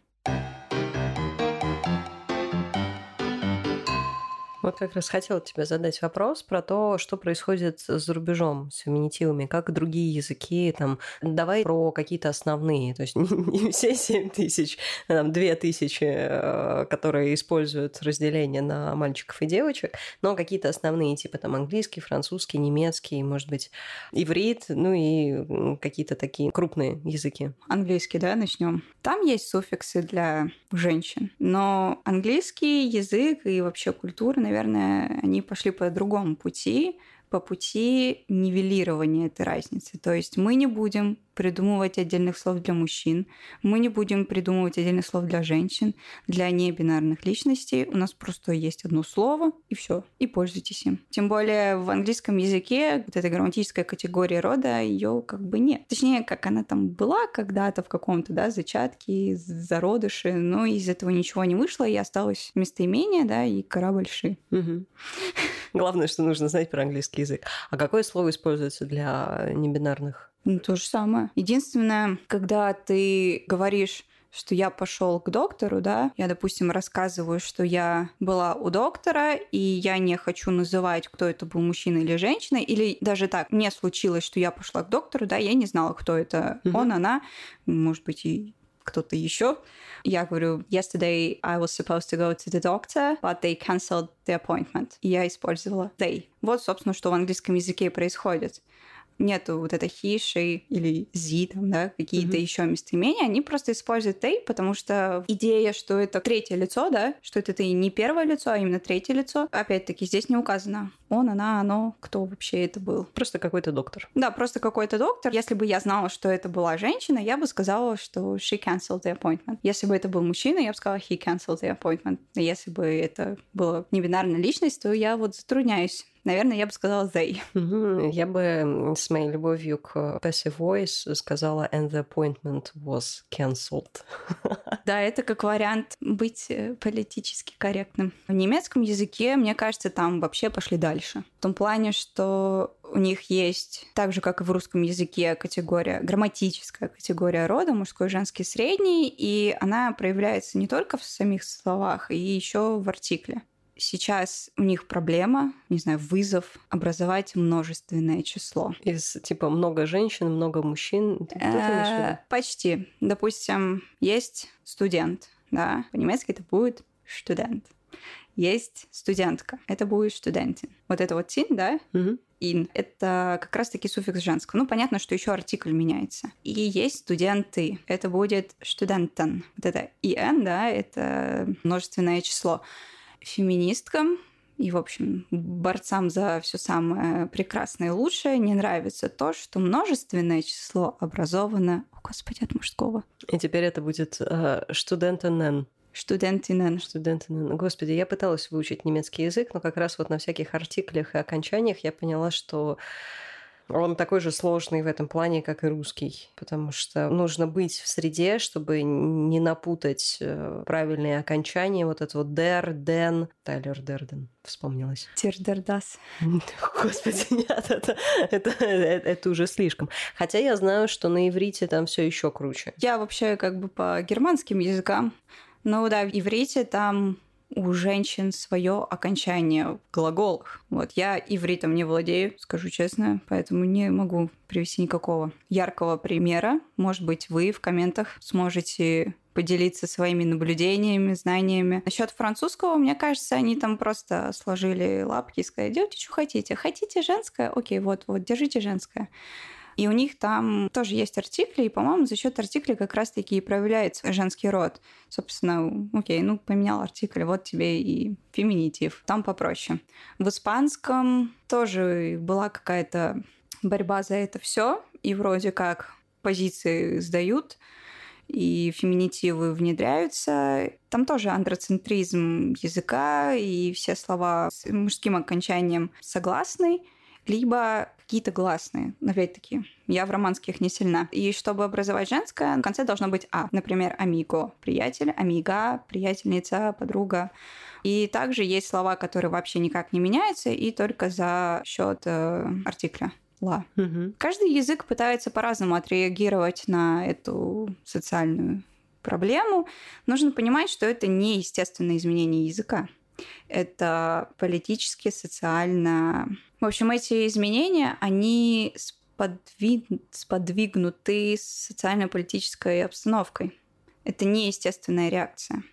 Вот как раз хотела тебе задать вопрос про то, что происходит за рубежом с феминитивами, как другие языки, там, давай про какие-то основные, то есть не все 7 тысяч, там, 2 тысячи, которые используют разделение на мальчиков и девочек, но какие-то основные, типа там английский, французский, немецкий, может быть, иврит, ну и какие-то такие крупные языки. Английский, да, начнем. Там есть суффиксы для женщин, но английский язык и вообще культура, наверное, они пошли по другому пути, по пути нивелирования этой разницы. То есть мы не будем придумывать отдельных слов для мужчин, мы не будем придумывать отдельных слов для женщин, для небинарных личностей. У нас просто есть одно слово, и все, и пользуйтесь им. Тем более в английском языке вот эта грамматическая категория рода, ее как бы нет. Точнее, как она там была когда-то в каком-то, да, зачатке, зародыше, но из этого ничего не вышло, и осталось местоимение, да, и корабль-ши. Главное, что нужно знать про английский язык. А какое слово используется для небинарных? То же самое. Единственное, когда ты говоришь, что я пошел к доктору, да, я, допустим, рассказываю, что я была у доктора, и я не хочу называть, кто это был, мужчина или женщина, или даже так, мне случилось, что я пошла к доктору, да, я не знала, кто это, он, она, может быть, и кто-то еще. Я говорю, yesterday I was supposed to go to the doctor, but they cancelled the appointment. И я использовала they. Вот, собственно, что в английском языке происходит. Нету вот это he, she или ze, там, да, какие-то еще местоимения. Они просто используют they, потому что идея, что это третье лицо, да, что это ты не первое лицо, а именно третье лицо, опять-таки здесь не указано. Он, она, оно, кто вообще это был. Просто какой-то доктор. Да, просто какой-то доктор. Если бы я знала, что это была женщина, я бы сказала, что she cancelled the appointment. Если бы это был мужчина, я бы сказала he cancelled the appointment. И если бы это была небинарная личность, то я вот затрудняюсь. Наверное, я бы сказала they. Я бы с моей любовью к passive voice сказала and the appointment was cancelled. Да, это как вариант быть политически корректным. В немецком языке, мне кажется, там вообще пошли дальше. В том плане, что у них есть, так же, как и в русском языке, категория, грамматическая категория рода, мужской, женский, средний, и она проявляется не только в самих словах, и еще в артикле. Сейчас у них проблема, не знаю, вызов образовать множественное число. Из типа много женщин, много мужчин? Почти. Допустим, есть студент, да, по-немецки это будет студент. есть студентка. Это будет студентин. Вот это вот тин, да? Ин. Это как раз-таки суффикс женского. Ну, понятно, что еще артикль меняется. И есть студенты. Это будет студентен. Вот это ин, да, это множественное число. Феминисткам и, в общем, борцам за все самое прекрасное и лучшее не нравится то, что множественное число образовано, о, Господи, от мужского. И теперь это будет студентенен. Студентинен. Студентинен. Господи, я пыталась выучить немецкий язык, но как раз вот на всяких артиклях и окончаниях я поняла, что он такой же сложный в этом плане, как и русский, потому что нужно быть в среде, чтобы не напутать правильные окончания. Вот это вот der, den, Тайлер Дерден, вспомнилась. Тирдердас. Господи, нет, это уже слишком. Хотя я знаю, что на иврите там все еще круче. Я вообще как бы по германским языкам. Ну да, в иврите там у женщин свое окончание в глаголах. Вот я ивритом не владею, скажу честно, поэтому не могу привести никакого яркого примера. Может быть, вы в комментах сможете поделиться своими наблюдениями, знаниями. Насчет французского, мне кажется, они там просто сложили лапки и сказали: делайте, что хотите. Хотите женское? Окей, вот, держите женское. И у них там тоже есть артикли, и, по-моему, за счет артиклей как раз-таки и проявляется женский род. Собственно, окей, поменял артикль, вот тебе и феминитив. Там попроще. В испанском тоже была какая-то борьба за это все, и вроде как позиции сдают, и феминитивы внедряются. Там тоже андроцентризм языка, и все слова с мужским окончанием согласны, либо какие-то гласные. Опять-таки, я в романских не сильна. И чтобы образовать женское, в конце должно быть «а». Например, «амиго» — приятель, «амига» — приятельница, подруга. И также есть слова, которые вообще никак не меняются, и только за счет артикля «ла». Угу. Каждый язык пытается по-разному отреагировать на эту социальную проблему. Нужно понимать, что это не естественное изменение языка. Это политически, социально... В общем, эти изменения, они сподвигнуты социально-политической обстановкой. Это неестественная реакция.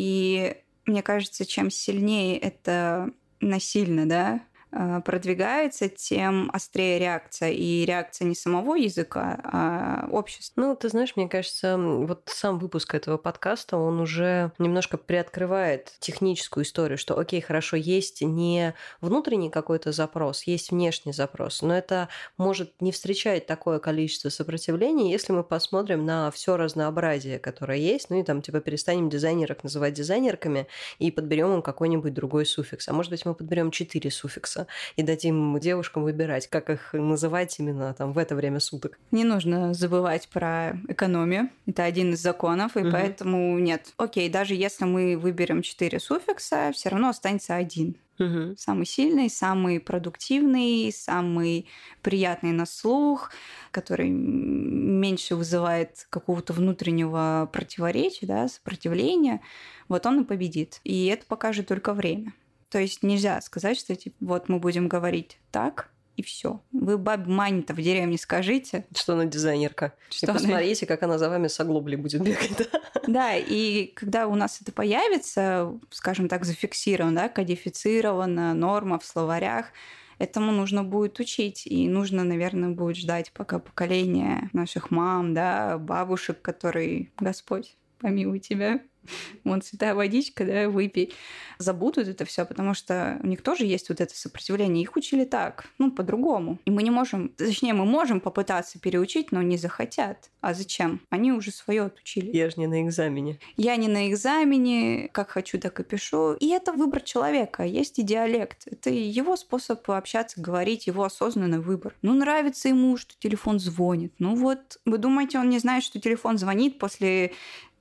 И мне кажется, чем сильнее это насильно, да, продвигается, тем острее реакция. И реакция не самого языка, а общества. Ну, ты знаешь, мне кажется, вот сам выпуск этого подкаста, он уже немножко приоткрывает техническую историю, что, окей, хорошо, есть не внутренний какой-то запрос, есть внешний запрос, но это может не встречать такое количество сопротивлений, если мы посмотрим на все разнообразие, которое есть, ну и там типа перестанем дизайнерок называть дизайнерками и подберем им какой-нибудь другой суффикс. А может быть, мы подберем 4 суффикса и дадим девушкам выбирать, как их называть именно там в это время суток. Не нужно забывать про экономию. Это один из законов, и поэтому нет. Окей, даже если мы выберем 4 суффикса, все равно останется один. Самый сильный, самый продуктивный, самый приятный на слух, который меньше вызывает какого-то внутреннего противоречия, да, сопротивления. Вот он и победит. И это покажет только время. То есть нельзя сказать, что типа, вот мы будем говорить так, и все. Вы бабе Мане-то в деревне скажите. Что она дизайнерка. Что и посмотрите, как она за вами с оглоблей будет бегать. Да, и когда у нас это появится, скажем так, зафиксировано, да, кодифицировано, норма в словарях, этому нужно будет учить. И нужно, наверное, будет ждать, пока поколение наших мам, да, бабушек, которые, Господь, помилуй тебя, вон святая водичка, да, выпей, забудут это все, потому что у них тоже есть вот это сопротивление. Их учили так, по-другому. И мы не можем, точнее, мы можем попытаться переучить, но не захотят. А зачем? Они уже свое отучили. Я же не на экзамене. Я не на экзамене, как хочу, так и пишу. И это выбор человека. Есть и диалект. Это его способ общаться, говорить, его осознанный выбор. Нравится ему, что телефон звонит. Вы думаете, он не знает, что телефон звонит после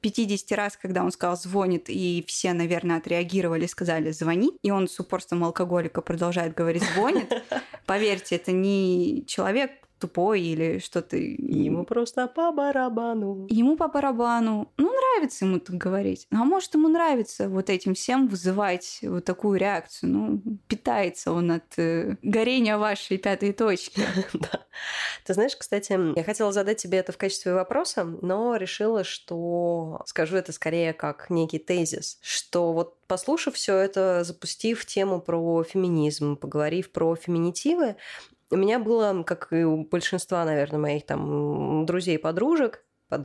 50 раз, когда он сказал «звонит», и все, наверное, отреагировали, сказали «звонит», и он с упорством алкоголика продолжает говорить «звонит», поверьте, это не человек тупой или что-то... Ему просто по барабану. Ему по барабану. Ну, нравится ему так говорить. А может, ему нравится вот этим всем вызывать вот такую реакцию. Ну, питается он от горения вашей пятой точки. Да. Ты знаешь, кстати, я хотела задать тебе это в качестве вопроса, но решила, что скажу это скорее как некий тезис, что вот послушав все это, запустив тему про феминизм, поговорив про феминитивы, у меня было, как и у большинства, наверное, моих там друзей и подружек,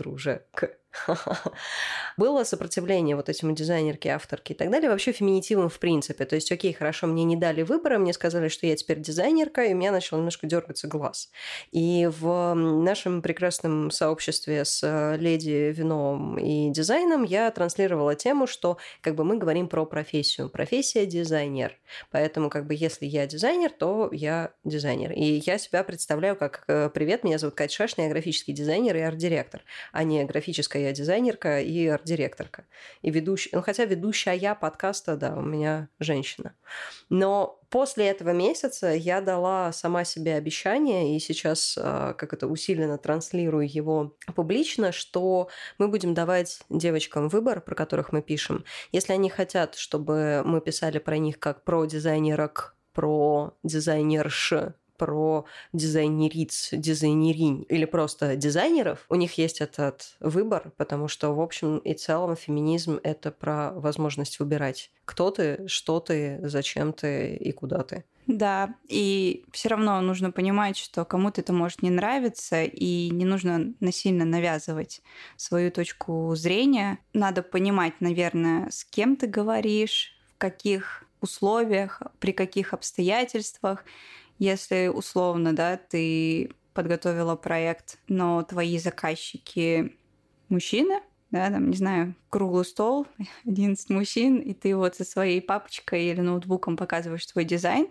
было сопротивление вот этим дизайнерке, авторке и так далее, вообще феминитивам в принципе. То есть, окей, хорошо, мне не дали выбора, мне сказали, что я теперь дизайнерка, и у меня начал немножко дергаться глаз. И в нашем прекрасном сообществе с леди, вином и дизайном я транслировала тему, что как бы мы говорим про профессию. Профессия дизайнер. Поэтому как бы если я дизайнер, то я дизайнер. И я себя представляю как «Привет, меня зовут Катя Шашина, я графический дизайнер и арт-директор», а не графическая я дизайнерка и арт-директорка. И ведущая, ну, хотя ведущая подкаста, да, у меня женщина. Но после этого месяца я дала сама себе обещание, и сейчас как это усиленно транслирую его публично, что мы будем давать девочкам выбор, про которых мы пишем. Если они хотят, чтобы мы писали про них как про дизайнерок, про дизайнерш, про дизайнериц, дизайнеринь или просто дизайнеров, у них есть этот выбор, потому что, в общем и целом, феминизм — это про возможность выбирать, кто ты, что ты, зачем ты и куда ты. Да, и все равно нужно понимать, что кому-то это может не нравиться, и не нужно насильно навязывать свою точку зрения. Надо понимать, наверное, с кем ты говоришь, в каких условиях, при каких обстоятельствах. Если условно, да, ты подготовила проект, но твои заказчики мужчины, да, там, не знаю, круглый стол, 11 мужчин, и ты вот со своей папочкой или ноутбуком показываешь свой дизайн,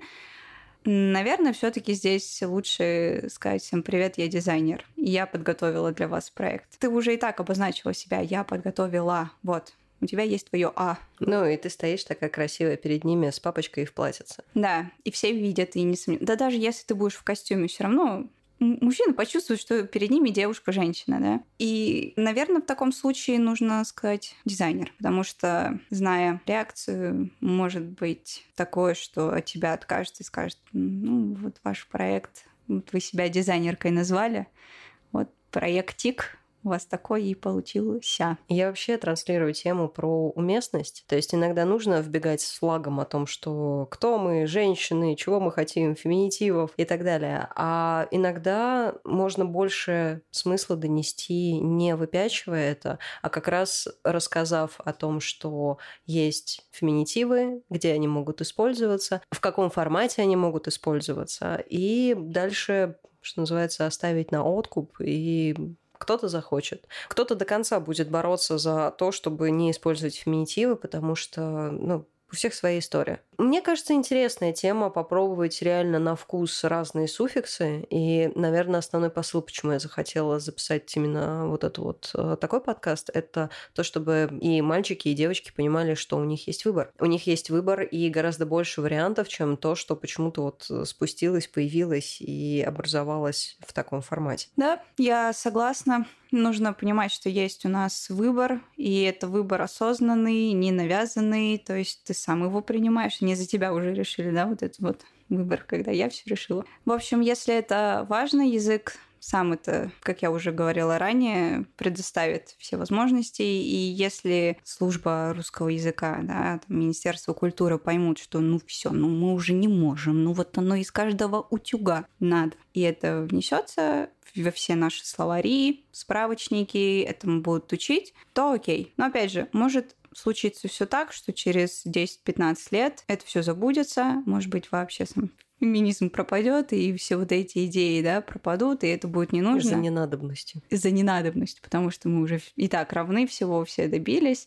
наверное, все-таки здесь лучше сказать всем: привет, я дизайнер, и я подготовила для вас проект. Ты уже и так обозначила себя: я подготовила, вот. У тебя есть твое А. Ну, и ты стоишь такая красивая перед ними с папочкой и в платьице. Да, и все видят, и не сомневаются. Да даже если ты будешь в костюме, все равно мужчина почувствует, что перед ними девушка-женщина, да. И, наверное, в таком случае нужно сказать дизайнер, потому что, зная реакцию, может быть такое, что от тебя откажет и скажет: ну, вот ваш проект, вот вы себя дизайнеркой назвали, вот проектик у вас такой и получился. Я вообще транслирую тему про уместность. То есть иногда нужно вбегать с флагом о том, что кто мы, женщины, чего мы хотим, феминитивов и так далее. А иногда можно больше смысла донести, не выпячивая это, а как раз рассказав о том, что есть феминитивы, где они могут использоваться, в каком формате они могут использоваться. И дальше, что называется, оставить на откуп, и кто-то захочет. Кто-то до конца будет бороться за то, чтобы не использовать феминитивы, потому что, ну, у всех своя история. Мне кажется, интересная тема попробовать реально на вкус разные суффиксы. И, наверное, основной посыл, почему я захотела записать именно вот этот вот такой подкаст, это то, чтобы и мальчики, и девочки понимали, что у них есть выбор. У них есть выбор и гораздо больше вариантов, чем то, что почему-то вот спустилось, появилось и образовалось в таком формате. Да, я согласна. Нужно понимать, что есть у нас выбор, и это выбор осознанный, не навязанный, то есть ты сам его принимаешь, не за тебя уже решили, да, вот этот вот выбор, когда я все решила. В общем, если это важно, язык сам это, как я уже говорила ранее, предоставит все возможности, и если служба русского языка, да, там, Министерство культуры поймут, что ну все, ну мы уже не можем, ну вот оно из каждого утюга надо, и это внесется во все наши словари, справочники, этому будут учить, то окей. Но опять же, может случиться все так, что через 10-15 лет это все забудется, может быть, вообще сам феминизм пропадет, и все вот эти идеи, да, пропадут, и это будет не нужно. Из-за ненадобности. Из-за ненадобности, потому что мы уже и так равны, всего все добились,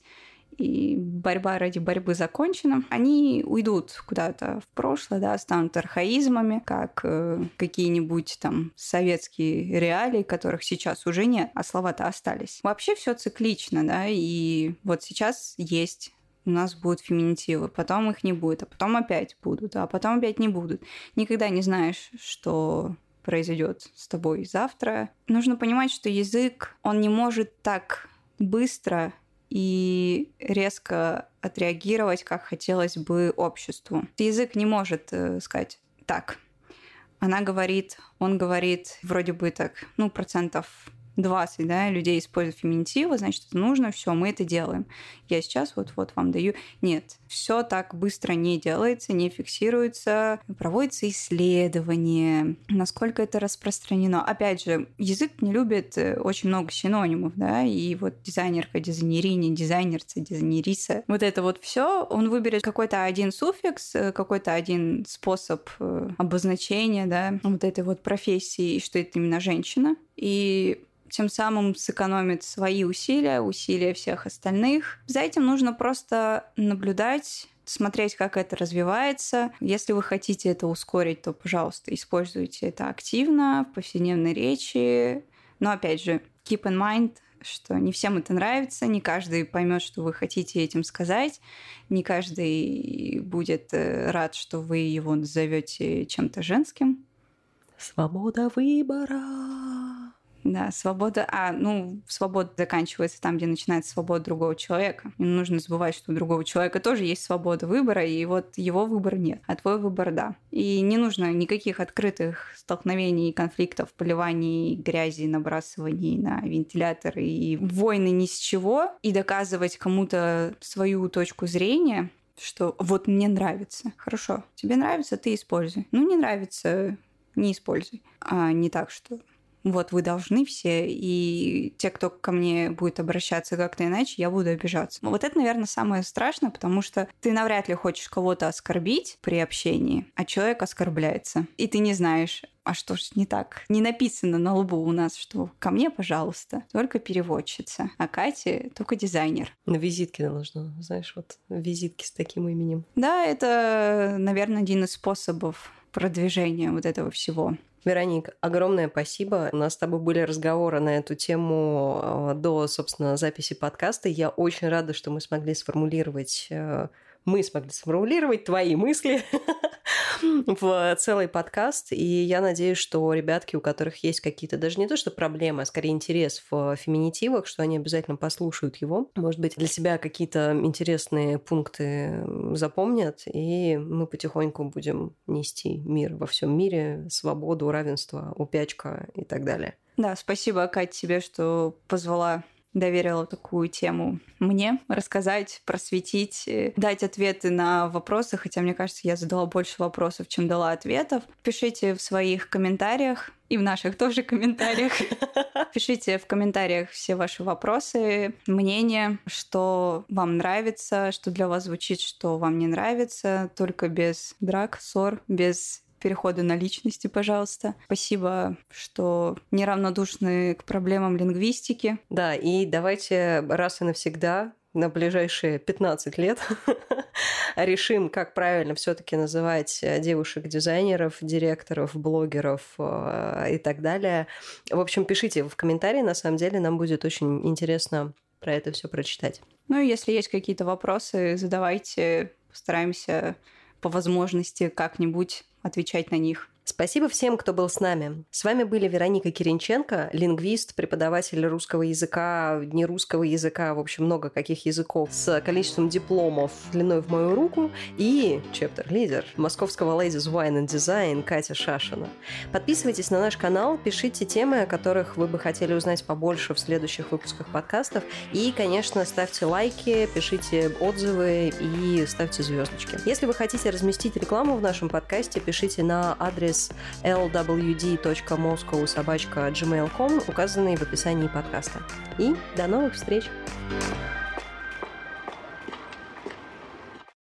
и борьба ради борьбы закончена. Они уйдут куда-то в прошлое, да, станут архаизмами, как какие-нибудь там советские реалии, которых сейчас уже нет, а слова-то остались. Вообще все циклично, да, и вот сейчас есть. У нас будут феминитивы, потом их не будет, а потом опять будут, а потом опять не будут. Никогда не знаешь, что произойдет с тобой завтра. Нужно понимать, что язык, он не может так быстро и резко отреагировать, как хотелось бы обществу. Язык не может сказать так. Она говорит, он говорит, вроде бы так, 20%, да, людей используют феминитивы, значит, это нужно, все, мы это делаем. Я сейчас вот вам даю. Нет, все так быстро не делается, не фиксируется. Проводятся исследования, насколько это распространено. Опять же, язык не любит очень много синонимов, да, и вот дизайнерка, дизайнериня, дизайнерца, дизайнериса. Вот это вот все, он выберет какой-то один суффикс, какой-то один способ обозначения, да, вот этой вот профессии, что это именно женщина. И тем самым сэкономит свои усилия всех остальных. За этим нужно просто наблюдать, смотреть, как это развивается. Если вы хотите это ускорить, то, пожалуйста, используйте это активно в повседневной речи. Но, опять же, keep in mind, что не всем это нравится, не каждый поймет, что вы хотите этим сказать, не каждый будет рад, что вы его назовете чем-то женским. Свобода выбора. Да, свобода... свобода заканчивается там, где начинается свобода другого человека. Не нужно забывать, что у другого человека тоже есть свобода выбора, и вот его выбор нет, а твой выбор — да. И не нужно никаких открытых столкновений, конфликтов, поливаний грязи, набрасываний на вентилятор и войны ни с чего, и доказывать кому-то свою точку зрения, что вот мне нравится. Хорошо, тебе нравится — ты используй. Не нравится — не используй. А не так, что... Вот вы должны все, и те, кто ко мне будет обращаться как-то иначе, я буду обижаться. Вот это, наверное, самое страшное, потому что ты навряд ли хочешь кого-то оскорбить при общении, а человек оскорбляется. И ты не знаешь, а что ж не так? Не написано на лбу у нас, что ко мне, пожалуйста, только переводчица, а Кате только дизайнер. На визитке должно, знаешь, вот визитки с таким именем. Да, это, наверное, один из способов продвижения вот этого всего. Вероника, огромное спасибо. У нас с тобой были разговоры на эту тему до, собственно, записи подкаста. Я очень рада, что мы смогли сформулировать твои мысли в целый подкаст. И я надеюсь, что ребятки, у которых есть какие-то даже не то что проблемы, а скорее интерес в феминитивах, что они обязательно послушают его. Может быть, для себя какие-то интересные пункты запомнят, и мы потихоньку будем нести мир во всем мире, свободу, равенство, упячка и так далее. Да, спасибо, Кать, тебе, что доверила такую тему мне рассказать, просветить, дать ответы на вопросы, хотя, мне кажется, я задала больше вопросов, чем дала ответов. Пишите в своих комментариях, и в наших тоже комментариях. Пишите в комментариях все ваши вопросы, мнения, что вам нравится, что для вас звучит, что вам не нравится, только без драк, ссор, без перехода на личности, пожалуйста. Спасибо, что неравнодушны к проблемам лингвистики. Да, и давайте раз и навсегда на ближайшие 15 лет решим, как правильно все-таки называть девушек-дизайнеров, директоров, блогеров и так далее. В общем, пишите в комментарии, на самом деле нам будет очень интересно про это все прочитать. Если есть какие-то вопросы, задавайте, постараемся по возможности как-нибудь отвечать на них. Спасибо всем, кто был с нами. С вами были Вероника Киренченко, лингвист, преподаватель русского языка, нерусского языка, в общем, много каких языков, с количеством дипломов длиной в мою руку, и чептер-лидер московского Ladies Wine and Design Катя Шашина. Подписывайтесь на наш канал, пишите темы, о которых вы бы хотели узнать побольше в следующих выпусках подкастов, и, конечно, ставьте лайки, пишите отзывы и ставьте звездочки. Если вы хотите разместить рекламу в нашем подкасте, пишите на адрес lwd.moscow@gmail.com, указанный в описании подкаста. И до новых встреч!